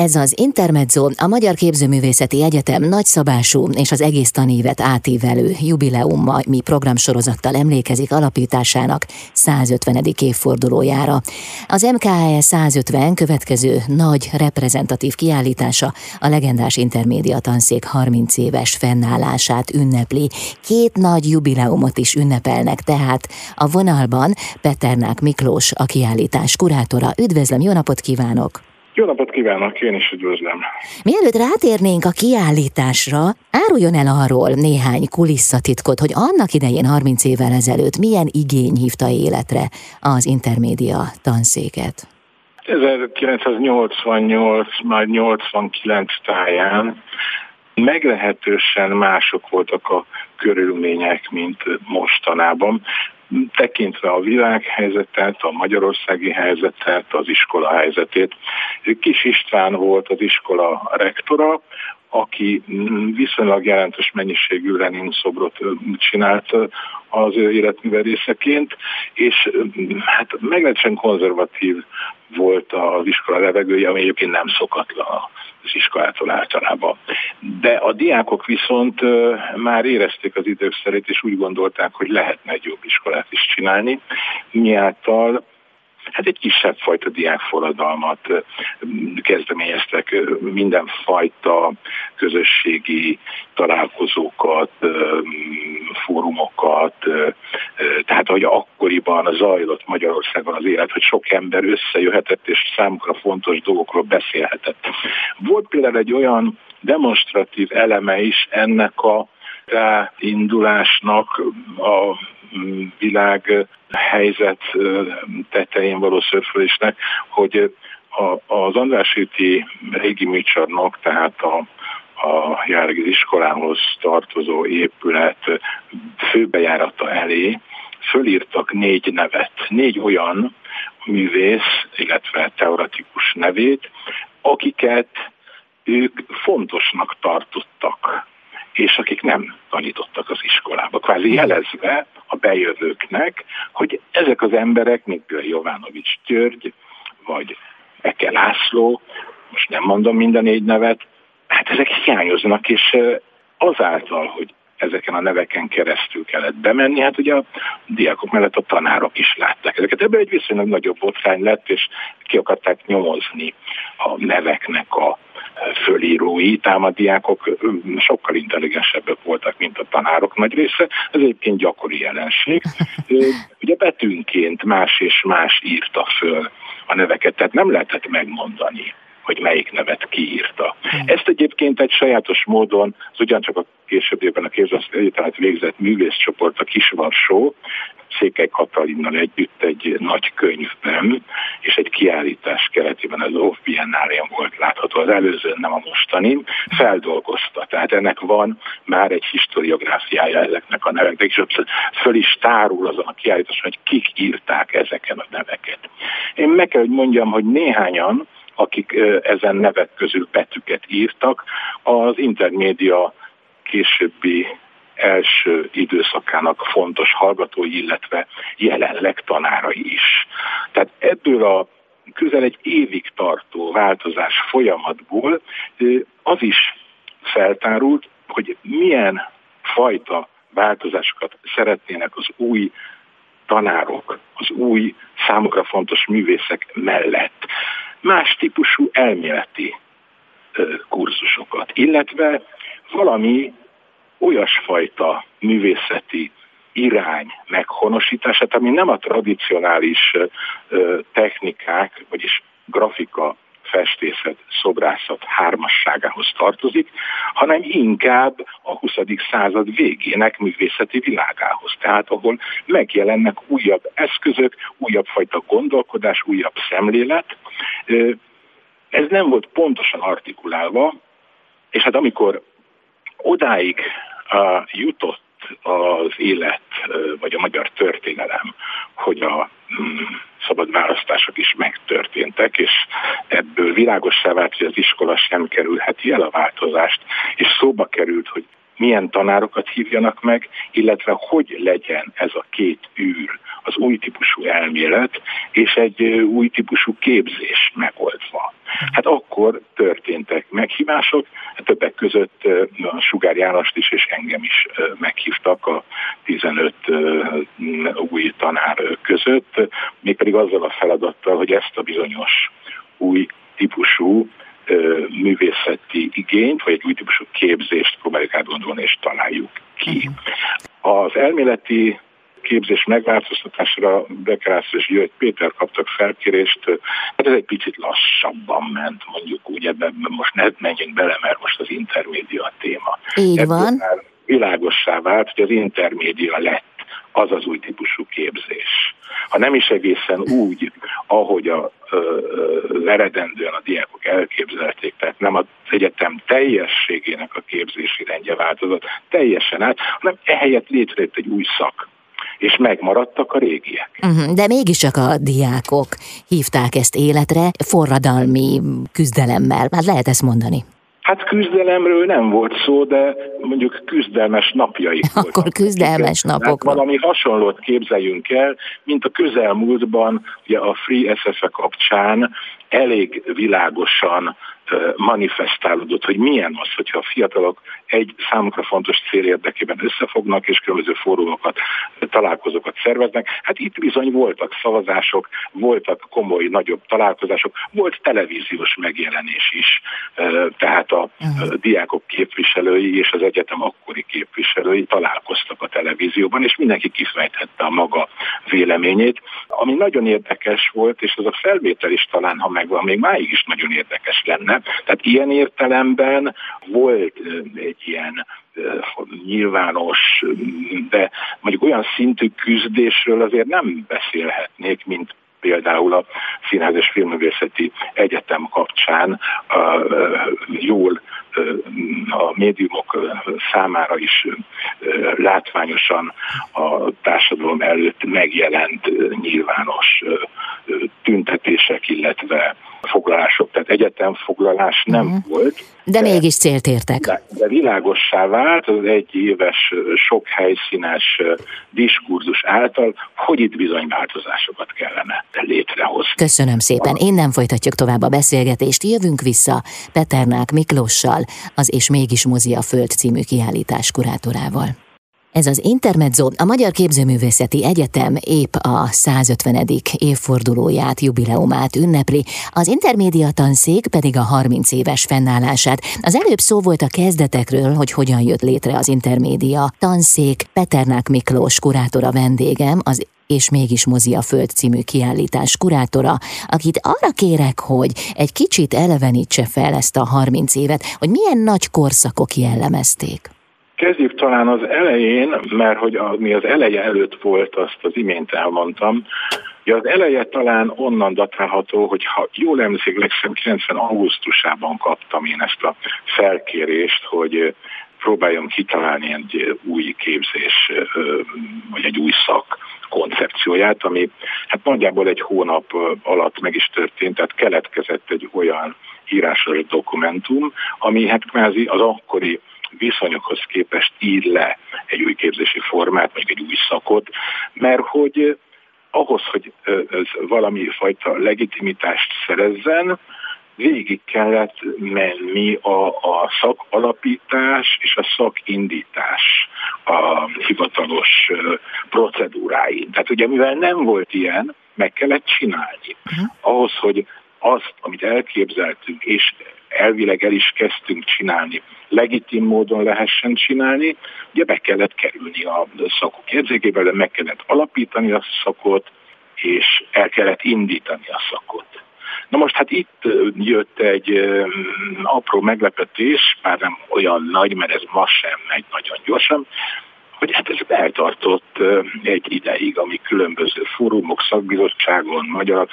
Ez az Intermezzo, a Magyar Képzőművészeti Egyetem nagyszabású és az egész tanévet átívelő jubileumi programsorozattal emlékezik alapításának 150. évfordulójára. Az MKE 150 következő nagy reprezentatív kiállítása a legendás Intermédia tanszék 30 éves fennállását ünnepli. Két nagy jubileumot is ünnepelnek tehát a vonalban Peternák Miklós, a kiállítás kurátora. Üdvözlöm, jó napot kívánok! Jó napot kívánok, én is üdvözlöm. Mielőtt rátérnénk a kiállításra, áruljon el arról néhány kulisszatitkot, hogy annak idején 30 évvel ezelőtt milyen igény hívta életre az Intermédia tanszéket. 1988, majd 89 táján meglehetősen mások voltak a körülmények, mint mostanában. Tekintve a világhelyzetet, a magyarországi helyzetet, az iskola helyzetét. Kis István volt az iskola rektora, aki viszonylag jelentős mennyiségű Lenin szobrot csinált az ő életműve részeként, és hát meglehetősen konzervatív volt az iskola levegője, ami egyébként nem szokatlan az iskolától általában. De a diákok viszont már érezték az idők szerint, és úgy gondolták, hogy lehetne egy jobb iskolát is csinálni, miáltal hát egy kisebb fajta diákforradalmat kezdeményeztek, mindenfajta közösségi találkozókat, fórumokat, tehát hogy akkoriban zajlott Magyarországon az élet, hogy sok ember összejöhetett és számukra fontos dolgokról beszélhetett. Volt például egy olyan demonstratív eleme is ennek a ráindulásnak, a világ helyzet tetején való szörfölésnek, hogy az András úti régi műcsarnok, tehát a jelenlegi iskolához tartozó épület főbejárata elé fölírtak 4 nevet, 4 olyan művész, illetve teoretikus nevét, akiket ők fontosnak tartottak, és akik nem tanítottak az iskolába. Kvázi jelezve a bejövőknek, hogy ezek az emberek, mint például Jovanovics György, vagy Eke László, most nem mondom mind a 4 nevet, hát ezek hiányoznak, és azáltal, hogy ezeken a neveken keresztül kellett bemenni, hát ugye a diákok mellett a tanárok is látták ezeket. Ebből egy viszonylag nagyobb botrány lett, és ki akarták nyomozni a neveknek a fölírói, ám a diákok sokkal intelligensebbek voltak, mint a tanárok nagy része. Ez egyébként gyakori jelenség. Ugye betűnként más és más írta föl a neveket, tehát nem lehetett megmondani, hogy melyik nevet kiírta. Ezt egyébként egy sajátos módon, az ugyancsak a későbbiekben a Képzőművészeti Egyetemet végzett művészcsoport, a Kisvarsó, Székely Katalinnal együtt egy nagy könyvben, és egy kiállítás keretében az Óv Biennálén volt látható, az előzőn, nem a mostanin, feldolgozta. Tehát ennek van már egy historiográfiája ezeknek a neveknek, és föl is tárul azon a kiállításon, hogy kik írták ezeken a neveket. Én meg kell, hogy mondjam, hogy néhányan, akik ezen nevek közül betűket írtak, az Intermédia későbbi első időszakának fontos hallgatói, illetve jelenleg tanárai is. Tehát ebből a közel egy évig tartó változás folyamatból az is feltárult, hogy milyen fajta változásokat szeretnének az új tanárok, az új számukra fontos művészek mellett. Más típusú elméleti kurzusokat, illetve valami olyasfajta művészeti irány meghonosítását, ami nem a tradicionális technikák, vagyis grafika, festészet, szobrászat hármasságához tartozik, hanem inkább a 20. század végének művészeti világához. Tehát ahol megjelennek újabb eszközök, újabb fajta gondolkodás, újabb szemlélet. Ez nem volt pontosan artikulálva, és hát amikor odáig jutott az élet, vagy a magyar történelem, hogy a szabad választások is megtörténtek, és ebből világossá vált, hogy az iskola sem kerülheti el a változást, és szóba került, hogy milyen tanárokat hívjanak meg, illetve hogy legyen ez a két űr, az új típusú elmélet és egy új típusú képzés megoldva. Hát akkor történtek meghívások, többek között a Sugár Jánost is és engem is meghívtak a 15 új tanár között, mégpedig azzal a feladattal, hogy ezt a bizonyos új típusú művészeti igényt, vagy egy új típusú képzést próbáljuk átgondolni és találjuk ki. Az elméleti képzés megváltoztatásra Bekerász és György Péter kaptak felkérést, hát ez egy picit lassabban ment, mondjuk úgy, ebben most ne menjünk bele, mert most az intermédia a téma. Így van. Már világossá vált, hogy az intermédia lett az új típusú képzés. Ha nem is egészen úgy, ahogy az eredendően a diákok elképzelték, tehát nem az egyetem teljességének a képzési rendje változott teljesen át, hanem ehelyett létrejött egy új szak, és megmaradtak a régiek. De mégiscsak a diákok hívták ezt életre forradalmi küzdelemmel, hát lehet ezt mondani. Hát küzdelemről nem volt szó, de mondjuk küzdelmes napjaik voltak. Akkor küzdelmes napokról. Valami hasonlót képzeljünk el, mint a közelmúltban, ugye a Free SFE kapcsán elég világosan manifestálódott, hogy milyen az, hogyha a fiatalok egy számukra fontos cél érdekében összefognak, és különböző fórumokat, találkozókat szerveznek. Hát itt bizony voltak szavazások, voltak komoly, nagyobb találkozások, volt televíziós megjelenés is, tehát a diákok képviselői és az egyetem akkori képviselői találkoztak a televízióban, és mindenki kifejthette a maga véleményét. Ami nagyon érdekes volt, és az a felvétel is talán, ha megvan, még máig is nagyon érdekes lenne. Tehát ilyen értelemben volt egy ilyen nyilvános, de mondjuk olyan szintű küzdésről azért nem beszélhetnék, mint például a Színház és Filmművészeti Egyetem kapcsán jól a médiumok számára is látványosan a társadalom előtt megjelent nyilvános tüntetések, illetve foglalások, tehát egyetemfoglalás nem volt. De mégis célt értek. De világossá vált az egyéves, sok helyszínes diskurzus által, hogy itt bizony változásokat kellene létrehozni. Köszönöm szépen. Innen folytatjuk tovább a beszélgetést. Jövünk vissza Peternák Miklóssal, az És mégis mozi a Föld című kiállítás kurátorával. Ez az Intermezzo, a Magyar Képzőművészeti Egyetem épp a 150. évfordulóját, jubileumát ünnepli, az intermédia tanszék pedig a 30 éves fennállását. Az előbb szó volt a kezdetekről, hogy hogyan jött létre az intermédia tanszék. Peternák Miklós kurátora vendégem, az És mégis mozi a Föld című kiállítás kurátora, akit arra kérek, hogy egy kicsit elevenítse fel ezt a 30 évet, hogy milyen nagy korszakok jellemezték. Kezdjük talán az elején, mert hogy mi az eleje előtt volt, azt az imént elmondtam. Ja, az eleje talán onnan datálható, hogy ha jól emlékszik, legfeljebb 90. augusztusában kaptam én ezt a felkérést, hogy próbáljam kitalálni egy új képzés, vagy egy új szak koncepcióját, ami hát nagyjából egy hónap alatt meg is történt, tehát keletkezett egy olyan írásos dokumentum, ami hát kvázi az akkori viszonyokhoz képest ír le egy új képzési formát, vagy egy új szakot, mert hogy ahhoz, hogy ez valami fajta legitimitást szerezzen, végig kellett menni a szakalapítás és a szakindítás a hivatalos procedúráin. Tehát ugye mivel nem volt ilyen, meg kellett csinálni. Ahhoz, hogy azt, amit elképzeltünk, és elvileg el is kezdtünk csinálni, legitim módon lehessen csinálni, ugye meg kellett kerülni a szakok jegyzékébe, de meg kellett alapítani a szakot, és el kellett indítani a szakot. Na most hát itt jött egy apró meglepetés, már nem olyan nagy, mert ez ma sem megy nagyon gyorsan, hogy hát ez eltartott egy ideig, ami különböző fórumok, szakbizottságon, magyar,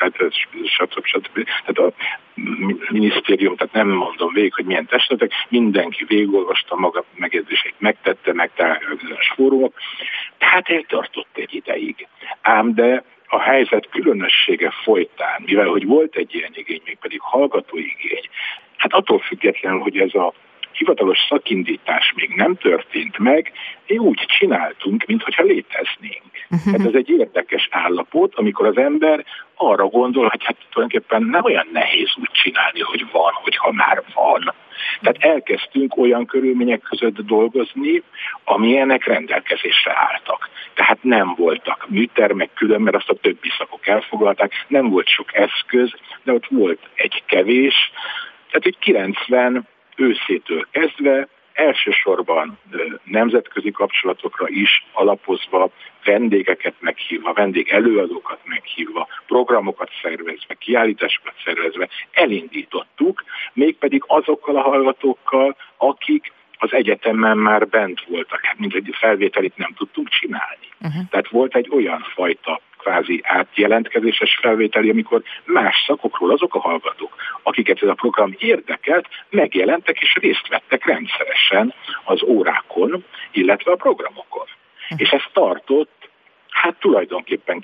stb. Tehát a minisztérium, tehát nem mondom végig, hogy milyen testületek, mindenki végigolvasta maga megjegyzéseit, megtette, megtalálja bizonyos fórumok, tehát eltartott egy ideig. Ám de a helyzet különössége folytán, mivel hogy volt egy ilyen igény, mégpedig hallgatóigény, hát attól függetlenül, hogy ez a hivatalos szakindítás még nem történt meg, úgy csináltunk, mintha léteznénk. Hát ez egy érdekes állapot, amikor az ember arra gondol, hogy hát tulajdonképpen nem olyan nehéz úgy csinálni, hogy van, hogyha már van. Tehát elkezdtünk olyan körülmények között dolgozni, amilyenek rendelkezésre álltak. Tehát nem voltak műtermek külön, mert azt a többi szakok elfoglalták, nem volt sok eszköz, de ott volt egy kevés. Tehát így 90 őszétől kezdve elsősorban nemzetközi kapcsolatokra is alapozva, vendégeket meghívva, vendégelőadókat meghívva, programokat szervezve, kiállításokat szervezve elindítottuk, mégpedig azokkal a hallgatókkal, akik az egyetemen már bent voltak, mint egy felvételit nem tudtunk csinálni. Tehát volt egy olyan fajta kvázi átjelentkezéses felvételi, amikor más szakokról azok a hallgatók, akiket ez a program érdekelt, megjelentek és részt vettek rendszeresen az órákon, illetve a programokon. És ez tartott, hát tulajdonképpen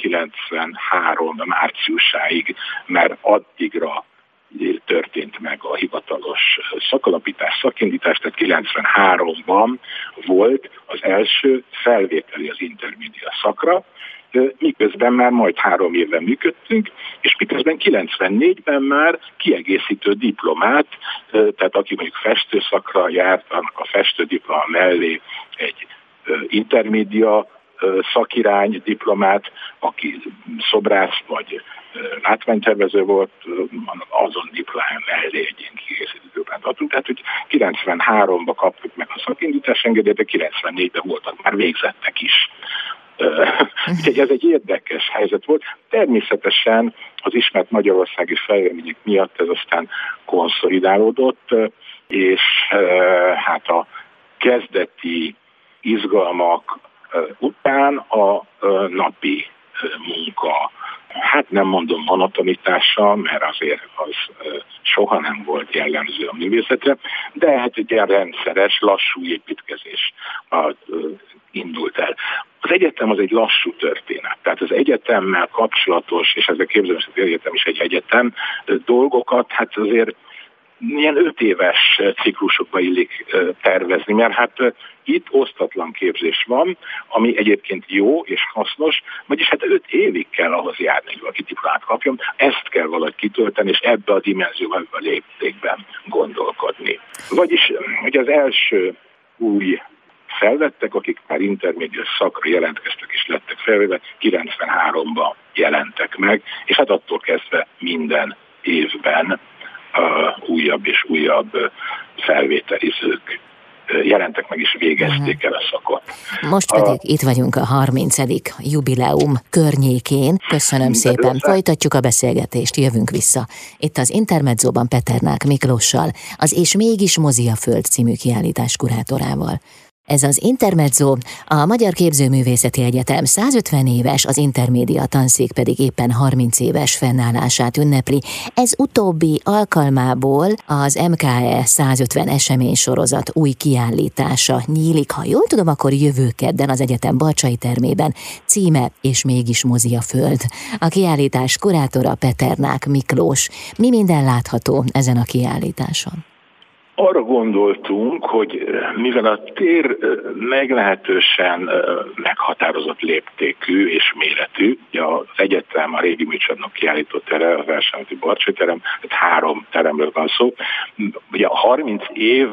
93 márciusáig, mert addigra történt meg a hivatalos szakalapítás, szakindítás, tehát 93-ban volt az első felvételi az intermédia szakra, miközben már majd 3 éven működtünk, és miközben 94-ben már kiegészítő diplomát, tehát aki mondjuk festőszakra járt, annak a festődiploma mellé egy intermédia szakirány diplomát, aki szobrász vagy látványtervező volt, azon diplomán mellé egy ilyen kiegészítő diplomát adtunk. Tehát, hogy 93-ban kaptuk meg a szakindítás engedélyt, de 94-ben voltak már végzettek is. Úgyhogy ez egy érdekes helyzet volt. Természetesen az ismert magyarországi fejlemények miatt ez aztán konszolidálódott, és hát a kezdeti izgalmak után a napi munka, hát nem mondom monotonitása, mert azért az soha nem volt jellemző a művészetre, de hát egy ilyen rendszeres, lassú építkezés indult el. Az egyetem az egy lassú történet, tehát az egyetemmel kapcsolatos, és ezzel képzelem, hogy az egyetem is egy egyetem, dolgokat, hát azért ilyen 5 éves ciklusokba illik tervezni, mert hát itt osztatlan képzés van, ami egyébként jó és hasznos, vagyis hát 5 évig kell ahhoz járni, hogy valaki diplomát kapjon, ezt kell valahogy kitölteni, és ebbe a dimenzióban, ebbe a léptékben gondolkodni. Vagyis, hogy az első új felvettek, akik már intermédiás szakra jelentkeztek és lettek felvéve, 93-ban jelentek meg, és hát attól kezdve minden évben újabb és újabb felvételizők jelentek meg és végezték el a szakot. Most pedig itt vagyunk a 30. jubileum környékén. Köszönöm szépen. Folytatjuk a beszélgetést, jövünk vissza. Itt az Intermedzóban Peternák Miklóssal, az És mégis mozi a föld című kiállítás kurátorával. Ez az Intermezzo, a Magyar Képzőművészeti Egyetem 150 éves, az Intermédia tanszék pedig éppen 30 éves fennállását ünnepli. Ez utóbbi alkalmából az MKE 150 eseménysorozat új kiállítása nyílik, ha jól tudom, akkor jövő kedden az egyetem Balcsai termében, címe És mégis mozi a föld. A kiállítás kurátora Peternák Miklós. Mi minden látható ezen a kiállításon? Arra gondoltunk, hogy mivel a tér meglehetősen meghatározott léptékű és méretű, ugye az egyetem, a régi műcsarnok kiállító tere, a versenyző Barcsai terem, tehát 3 teremről van szó. Ugye a 30 év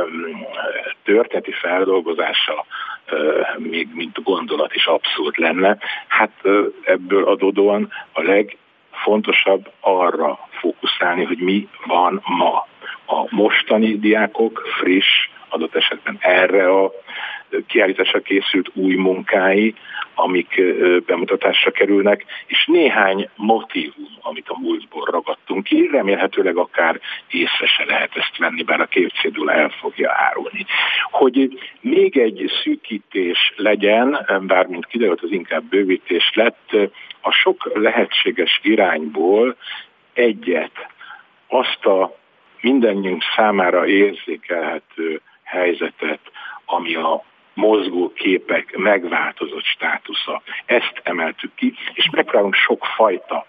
történeti feldolgozása még mint gondolat is abszurd lenne. Hát ebből adódóan a legfontosabb arra fókuszálni, hogy mi van ma. A mostani diákok friss, adott esetben erre a kiállításra készült új munkái, amik bemutatásra kerülnek, és néhány motívum, amit a múltból ragadtunk ki, remélhetőleg akár észre se lehet ezt venni, bár a képcédula el fogja árulni. Hogy még egy szűkítés legyen, bár mint kiderült, az inkább bővítés lett, a sok lehetséges irányból egyet, azt a mindannyiunk számára érzékelhető helyzetet, ami a mozgó képek megváltozott státusza. Ezt emeltük ki, és megpróbálunk sokfajta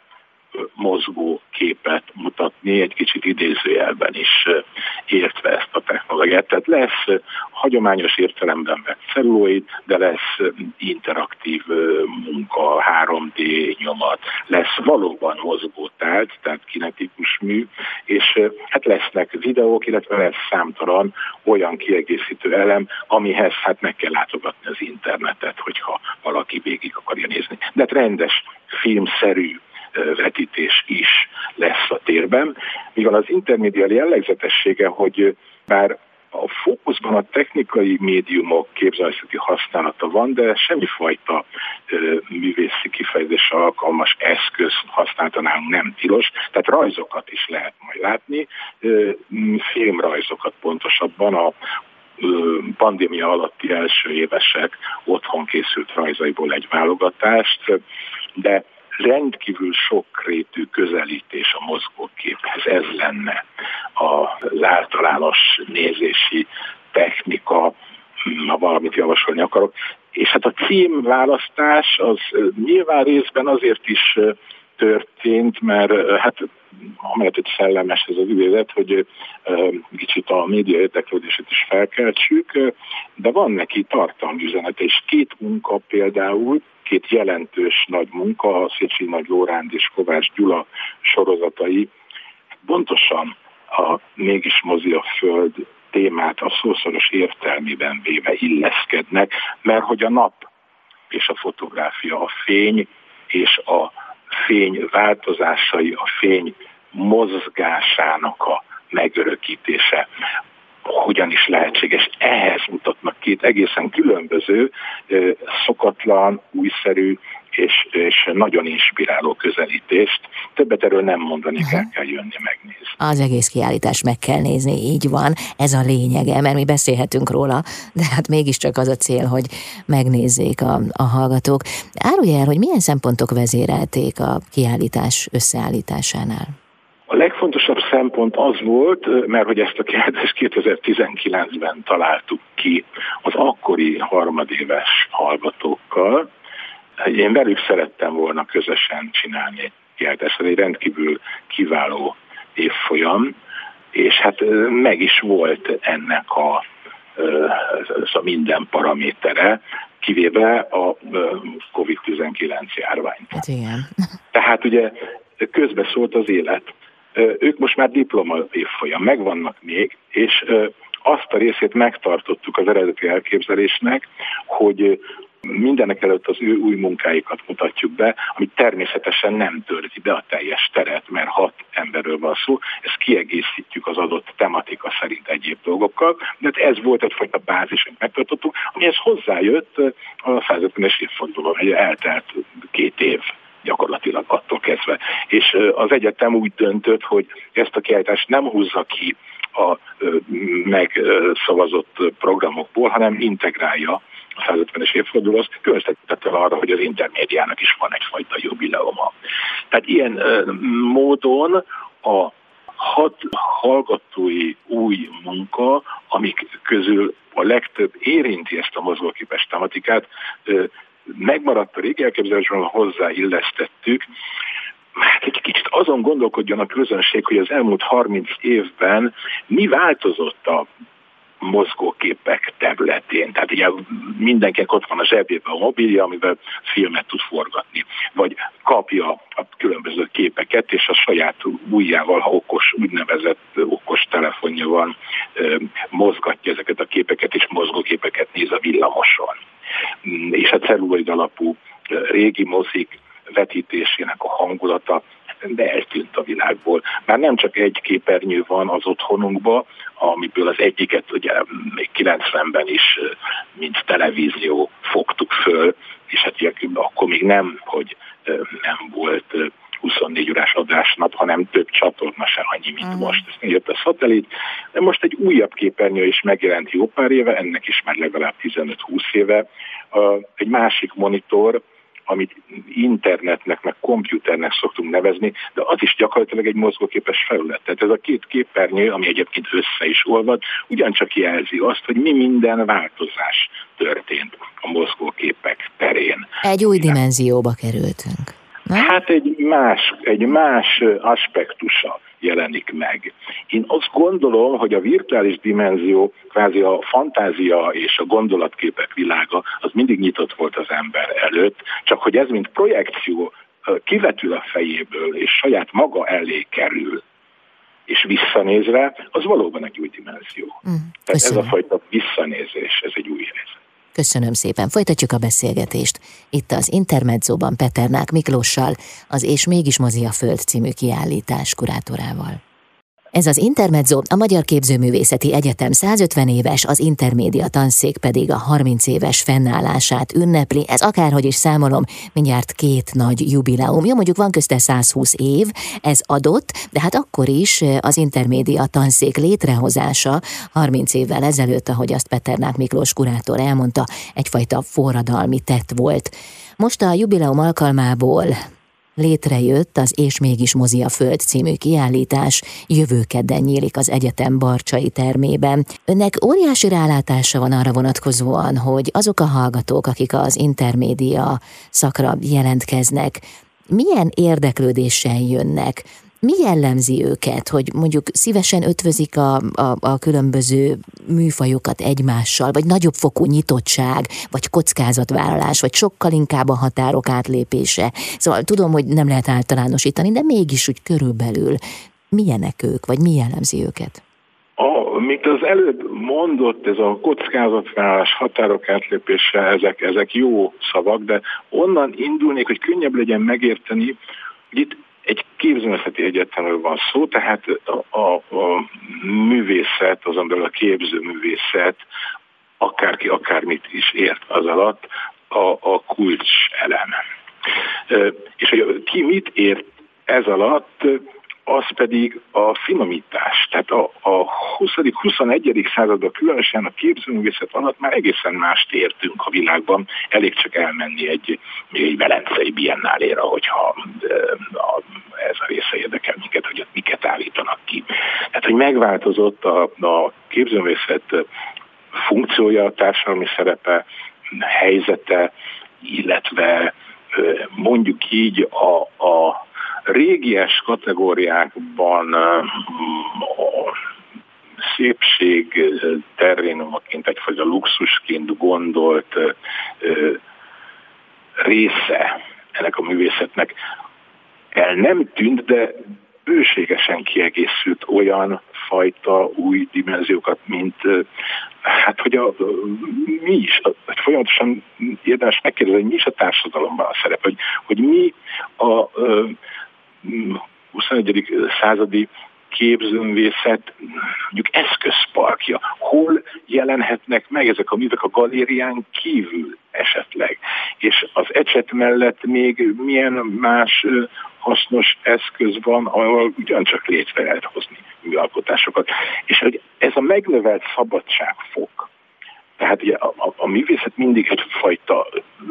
mozgó képet mutatni, egy kicsit idézőjelben is értve ezt a technológiát. helyett. Tehát lesz hagyományos értelemben vett celluloid, de lesz interaktív munka, 3D nyomat, lesz valóban mozgótárgy, tehát kinetikus mű, és hát lesznek videók, illetve lesz számtalan olyan kiegészítő elem, amihez hát meg kell látogatni az internetet, hogyha valaki végig akarja nézni. De hát rendes, filmszerű vetítés is lesz a térben, mivel az intermédiál jellegzetessége, hogy bár a fókuszban a technikai médiumok képzőművészeti használata van, de semmifajta művészi kifejezésre alkalmas eszköz használata nálunk nem tilos, tehát rajzokat is lehet majd látni, filmrajzokat pontosabban a pandémia alatti első évesek otthon készült rajzaiból egy válogatást, de rendkívül sokrétű közelítés a mozgóképhez. Ez lenne az általános nézési technika, ha valamit javasolni akarok. És hát a címválasztás az nyilván részben azért is történt, mert hát amelyet egy szellemes ez az idézet, hogy kicsit a média érdeklődését is felkeltsük, de van neki tartalmi üzenete, és két munka például, két jelentős nagy munka, a Széchenyi Nagy Lóránd és Kovács Gyula sorozatai pontosan a Mégis mozi a Föld témát a szószoros értelmében véve illeszkednek, mert hogy a nap és a fotográfia, a fény és a fény változásai, a fény mozgásának a megörökítése hogyan is lehetséges. Ehhez mutatnak két egészen különböző, szokatlan, újszerű és nagyon inspiráló közelítést. Többet erről nem mondanék, el kell jönni megnézni. Az egész kiállítást meg kell nézni, így van. Ez a lényege, mert mi beszélhetünk róla, de hát mégiscsak az a cél, hogy megnézzék a hallgatók. Árulj el, hogy milyen szempontok vezérelték a kiállítás összeállításánál? A legfontosabb szempont az volt, mert hogy ezt a kiállítást 2019-ben találtuk ki az akkori harmadéves hallgatókkal. Én velük szerettem volna közösen csinálni egy kiállítást, ez egy rendkívül kiváló évfolyam, és hát meg is volt ennek a minden paramétere, kivéve a COVID-19 járványt. Hát igen. Tehát ugye közbeszólt az élet. Ők most már diploma évfolyam, megvannak még, és azt a részét megtartottuk az eredeti elképzelésnek, hogy mindenek előtt az ő új munkáikat mutatjuk be, ami természetesen nem tölti be a teljes teret, mert 6 emberről van szó, ezt kiegészítjük az adott tematika szerint egyéb dolgokkal, de ez volt egyfajta bázis, amit megtartottuk, amihez hozzájött a 150-es évforduló, egy eltelt 2 év gyakorlatilag attól kezdve. És az egyetem úgy döntött, hogy ezt a kiállítást nem húzza ki a megszavazott programokból, hanem integrálja a 150-es évfordulóhoz, különösítettel arra, hogy az intermédiának is van egyfajta jubileuma. Tehát ilyen módon a 6 hallgatói új munka, amik közül a legtöbb érinti ezt a mozgóképes tematikát, megmaradt a régi elképzelésben, hozzáillesztettük. Hát egy kicsit azon gondolkodjon a közönség, hogy az elmúlt 30 évben mi változott a mozgóképek területén. Tehát ugye mindenkinek ott van a zsebében a mobilja, amivel filmet tud forgatni. Vagy kapja a különböző képeket, és a saját ujjával, ha úgynevezett okos telefonja van, mozgatja ezeket a képeket, és mozgóképeket néz a villamoson. És a celluloid alapú régi mozik vetítésének a hangulata de eltűnt a világból. Már nem csak egy képernyő van az otthonunkban, amiből az egyiket ugye még 90-ben is, mint televízió fogtuk föl, és hát akkor még nem, hogy nem volt 24 órás adásnap, hanem több csatorna se annyi, mint most. Ez jött a szatellit, de most egy újabb képernyő is megjelent jó pár éve, ennek is már legalább 15-20 éve. Egy másik monitor, amit internetnek, meg komputernek szoktunk nevezni, de az is gyakorlatilag egy mozgóképes felület. Tehát ez a 2 képernyő, ami egyébként össze is olvad, ugyancsak jelzi azt, hogy mi minden változás történt a mozgóképek terén. Egy új dimenzióba kerültünk. Hát egy más aspektusa jelenik meg. Én azt gondolom, hogy a virtuális dimenzió, kvázi a fantázia és a gondolatképek világa, az mindig nyitott volt az ember előtt, csak hogy ez mint projekció kivetül a fejéből, és saját maga elé kerül, és visszanéz rá, az valóban egy új dimenzió. Tehát ez a fajta visszanézés, ez egy új helyzet. Köszönöm szépen. Folytatjuk a beszélgetést. Itt az Intermedzóban Peternák Miklóssal, az És mégis mozi a Föld című kiállítás kurátorával. Ez az Intermezzo, a Magyar Képzőművészeti Egyetem 150 éves, az Intermédia tanszék pedig a 30 éves fennállását ünnepli. Ez akárhogy is számolom, mindjárt 2 nagy jubileum. Jó, mondjuk van közte 120 év, ez adott, de hát akkor is az Intermédia tanszék létrehozása 30 évvel ezelőtt, ahogy azt Peternák Miklós kurátor elmondta, egyfajta forradalmi tett volt. Most a jubileum alkalmából létrejött az És mégis mozi a Föld című kiállítás, jövő kedden nyílik az egyetem Barcsai termében. Önnek óriási rálátása van arra vonatkozóan, hogy azok a hallgatók, akik az intermédia szakra jelentkeznek, milyen érdeklődéssel jönnek, mi jellemzi őket, hogy mondjuk szívesen ötvözik a különböző műfajokat egymással, vagy nagyobb fokú nyitottság, vagy kockázatvállalás, vagy sokkal inkább a határok átlépése. Szóval tudom, hogy nem lehet általánosítani, de mégis úgy körülbelül milyenek ők, vagy mi jellemzi őket? Amit az előbb mondott, ez a kockázatvállalás, határok átlépése, ezek jó szavak, de onnan indulnék, hogy könnyebb legyen megérteni, hogy itt egy képzőművészeti egyetemről van szó, tehát a művészet, azon belül a képzőművészet, akárki akármit is ért az alatt, a kulcs elem. És hogy ki mit ért ez alatt, az pedig a finomítás. Tehát a 20.-21. században különösen a képzőművészet alatt már egészen mást értünk a világban. Elég csak elmenni egy velencei biennáléra, hogyha ez a része érdekel minket, hogy ott miket állítanak ki. Tehát, hogy megváltozott a képzőművészet funkciója, a társadalmi szerepe, helyzete, illetve mondjuk így a régies kategóriákban a szépség terrénumaként, egyfajta luxusként gondolt része ennek a művészetnek el nem tűnt, de bőségesen kiegészült olyan fajta új dimenziókat, mint hát, hogy mi is, hogy folyamatosan érdemes megkérdezni, hogy mi is a társadalomban a szerep, hogy mi a 21. századi képzőművészet mondjuk eszközparkja, hol jelenhetnek meg ezek a művek a galérián kívül esetleg, és az ecset mellett még milyen más hasznos eszköz van, ahol ugyancsak létre lehet hozni műalkotásokat. És hogy ez a megnövelt szabadságfok, tehát ugye a művészet mindig egyfajta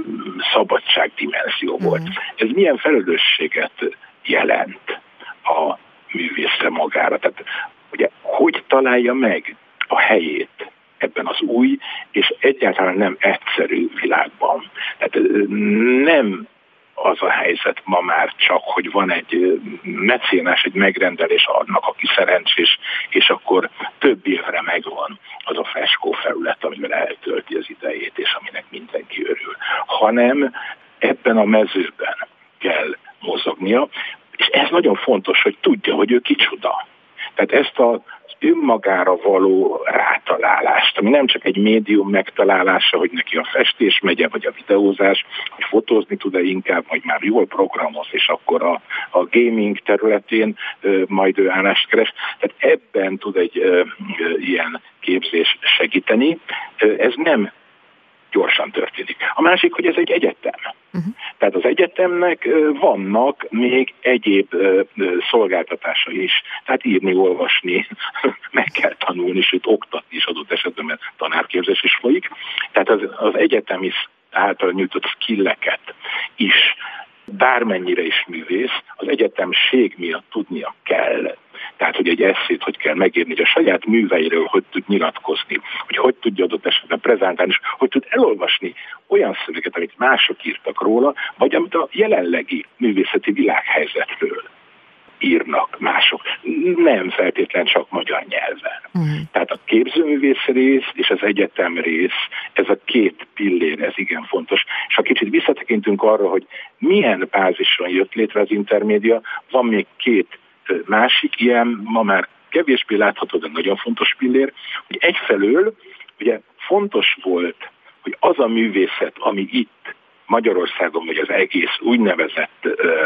szabadságdimenzió volt. Ez milyen felelősséget jelent a művészre magára? Tehát ugye hogy találja meg a helyét ebben az új és egyáltalán nem egyszerű világban. Tehát nem az a helyzet ma már csak, hogy van egy mecénás, egy megrendelés annak, aki szerencsés, és akkor több évre megvan az a freskófelület, amivel eltölti az idejét, és aminek mindenki örül. Hanem ebben a mezőben kell mozognia, és ez nagyon fontos, hogy tudja, hogy ő kicsoda. Tehát ezt az önmagára való rátalálást, ami nem csak egy médium megtalálása, hogy neki a festés megye, vagy a videózás, hogy fotózni tud-e inkább, vagy már jól programoz, és akkor a gaming területén majd ő állást keres. Tehát ebben tud egy ilyen képzés segíteni. Ez nem gyorsan történik. A másik, hogy ez egy egyetem. Tehát az egyetemnek vannak még egyéb szolgáltatásai is. Tehát írni, olvasni, meg kell tanulni, sőt oktatni is adott esetben, mert tanárképzés is folyik. Tehát az egyetemi által nyújtott skilleket is, bármennyire is művész, az egyetemség miatt tudnia kell. Tehát, hogy egy esszét hogy kell megírni, hogy a saját műveiről hogy tud nyilatkozni, hogy tudja adott esetben prezentálni, és hogy tud elolvasni olyan szöveget, amit mások írtak róla, vagy amit a jelenlegi művészeti világhelyzetről írnak mások. Nem feltétlen csak magyar nyelven. Tehát a képzőművész rész és az egyetem rész, ez a két pillér, ez igen fontos. És ha kicsit visszatekintünk arra, hogy milyen bázison jött létre az intermédia, van még két másik ilyen, ma már kevésbé látható, de nagyon fontos pillér, hogy egyfelől ugye fontos volt, hogy az a művészet, ami itt Magyarországon, vagy az egész úgynevezett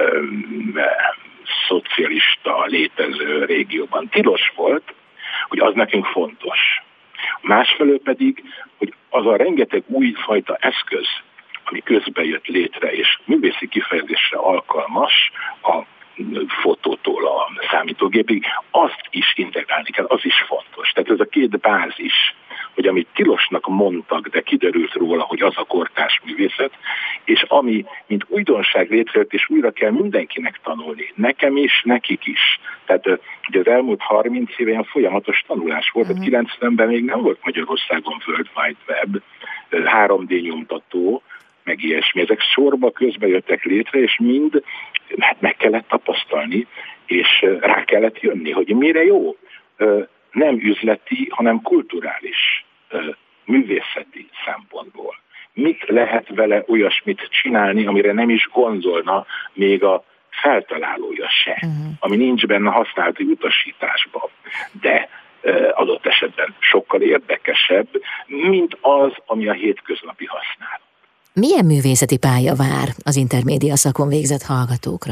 szocialista létező régióban tilos volt, hogy az nekünk fontos. Másfelől pedig, hogy az a rengeteg újfajta eszköz, ami közben jött létre, és művészi kifejezésre alkalmas, a fotótól a számítógépig, azt is integrálni kell, az is fontos. Tehát ez a két bázis, hogy amit tilosnak mondtak, de kiderült róla, hogy az a kortárs művészet, és ami, mint újdonság létrejött, és újra kell mindenkinek tanulni. Nekem is, nekik is. Tehát ugye az elmúlt 30 éve ilyen folyamatos tanulás volt, 90-ben még nem volt Magyarországon World Wide Web, 3D nyomtató, meg ilyesmi. Ezek sorba közbe jöttek létre, és mind meg kellett tapasztalni, és rá kellett jönni, hogy mire jó. Nem üzleti, hanem kulturális, művészeti szempontból. Mit lehet vele olyasmit csinálni, amire nem is gondolna még a feltalálója se, ami nincs benne a használati utasításban. De adott esetben sokkal érdekesebb, mint az, ami a hétköznapi használat. Milyen művészeti pálya vár az intermédia szakon végzett hallgatókra?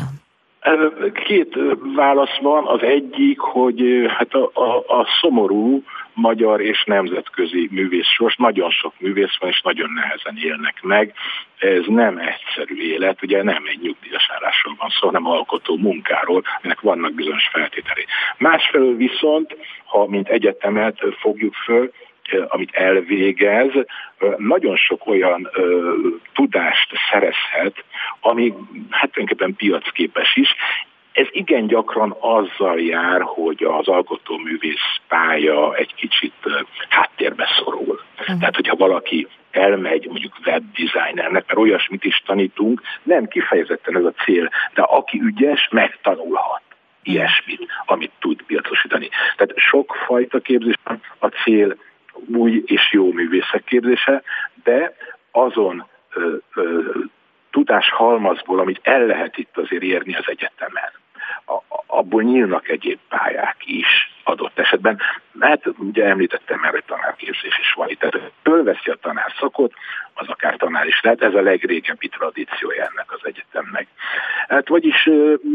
Két válasz van. Az egyik, hogy hát a szomorú magyar és nemzetközi művészsors, nagyon sok művész van, és nagyon nehezen élnek meg. Ez nem egyszerű élet, ugye nem egy nyugdíjas állásról van szó, hanem alkotó munkáról, aminek vannak bizonyos feltételei. Másfelől viszont, ha mint egyetemet fogjuk föl, amit elvégez, nagyon sok olyan tudást szerezhet, ami hát tulajdonképpen piacképes is. Ez igen gyakran azzal jár, hogy az alkotóművész pálya egy kicsit háttérbe szorul. Tehát, hogyha valaki elmegy mondjuk webdesignernek, mert olyasmit is tanítunk, nem kifejezetten ez a cél, de aki ügyes, megtanulhat ilyesmit, amit tud piacosítani. Tehát sokfajta képzésben a cél új és jó művészek képzése, de azon tudáshalmazból, amit el lehet itt azért érni az egyetemen, abból nyílnak egyéb pályák is adott esetben. Hát ugye említettem már, hogy tanárképzés is van itt. Tehát fölveszi a tanárszakot, az akár tanár is lehet, ez a legrégebbi tradíciója ennek az egyetemnek. Hát vagyis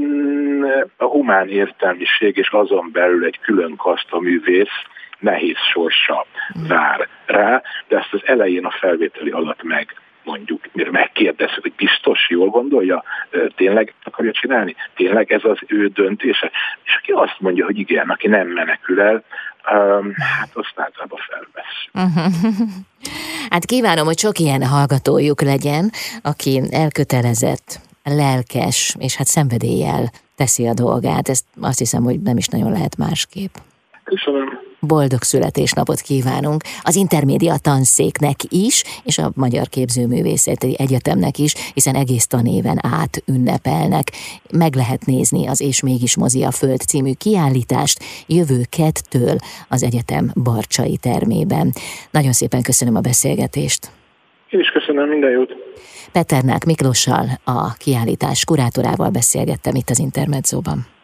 a humán értelmiség és azon belül egy külön kaszta művész nehéz sorsa vár rá, de ezt az elején a felvételi alatt mondjuk, mire megkérdezzük, hogy biztos jól gondolja, tényleg akarja csinálni, tényleg ez az ő döntése, és aki azt mondja, hogy igen, aki nem menekül el, hát azt általában felvesz. Hát kívánom, hogy sok ilyen hallgatójuk legyen, aki elkötelezett, lelkes, és hát szenvedéllyel teszi a dolgát. Ezt azt hiszem, hogy nem is nagyon lehet másképp. Köszönöm. Boldog születésnapot kívánunk az Intermédia Tanszéknek is, és a Magyar Képzőművészeti Egyetemnek is, hiszen egész tanéven át ünnepelnek. Meg lehet nézni az És mégis mozi a Föld című kiállítást jövő kettől az egyetem Barcsai termében. Nagyon szépen köszönöm a beszélgetést. Én is köszönöm, minden jót. Peternák Miklossal, a kiállítás kurátorával beszélgettem itt az Intermedzóban.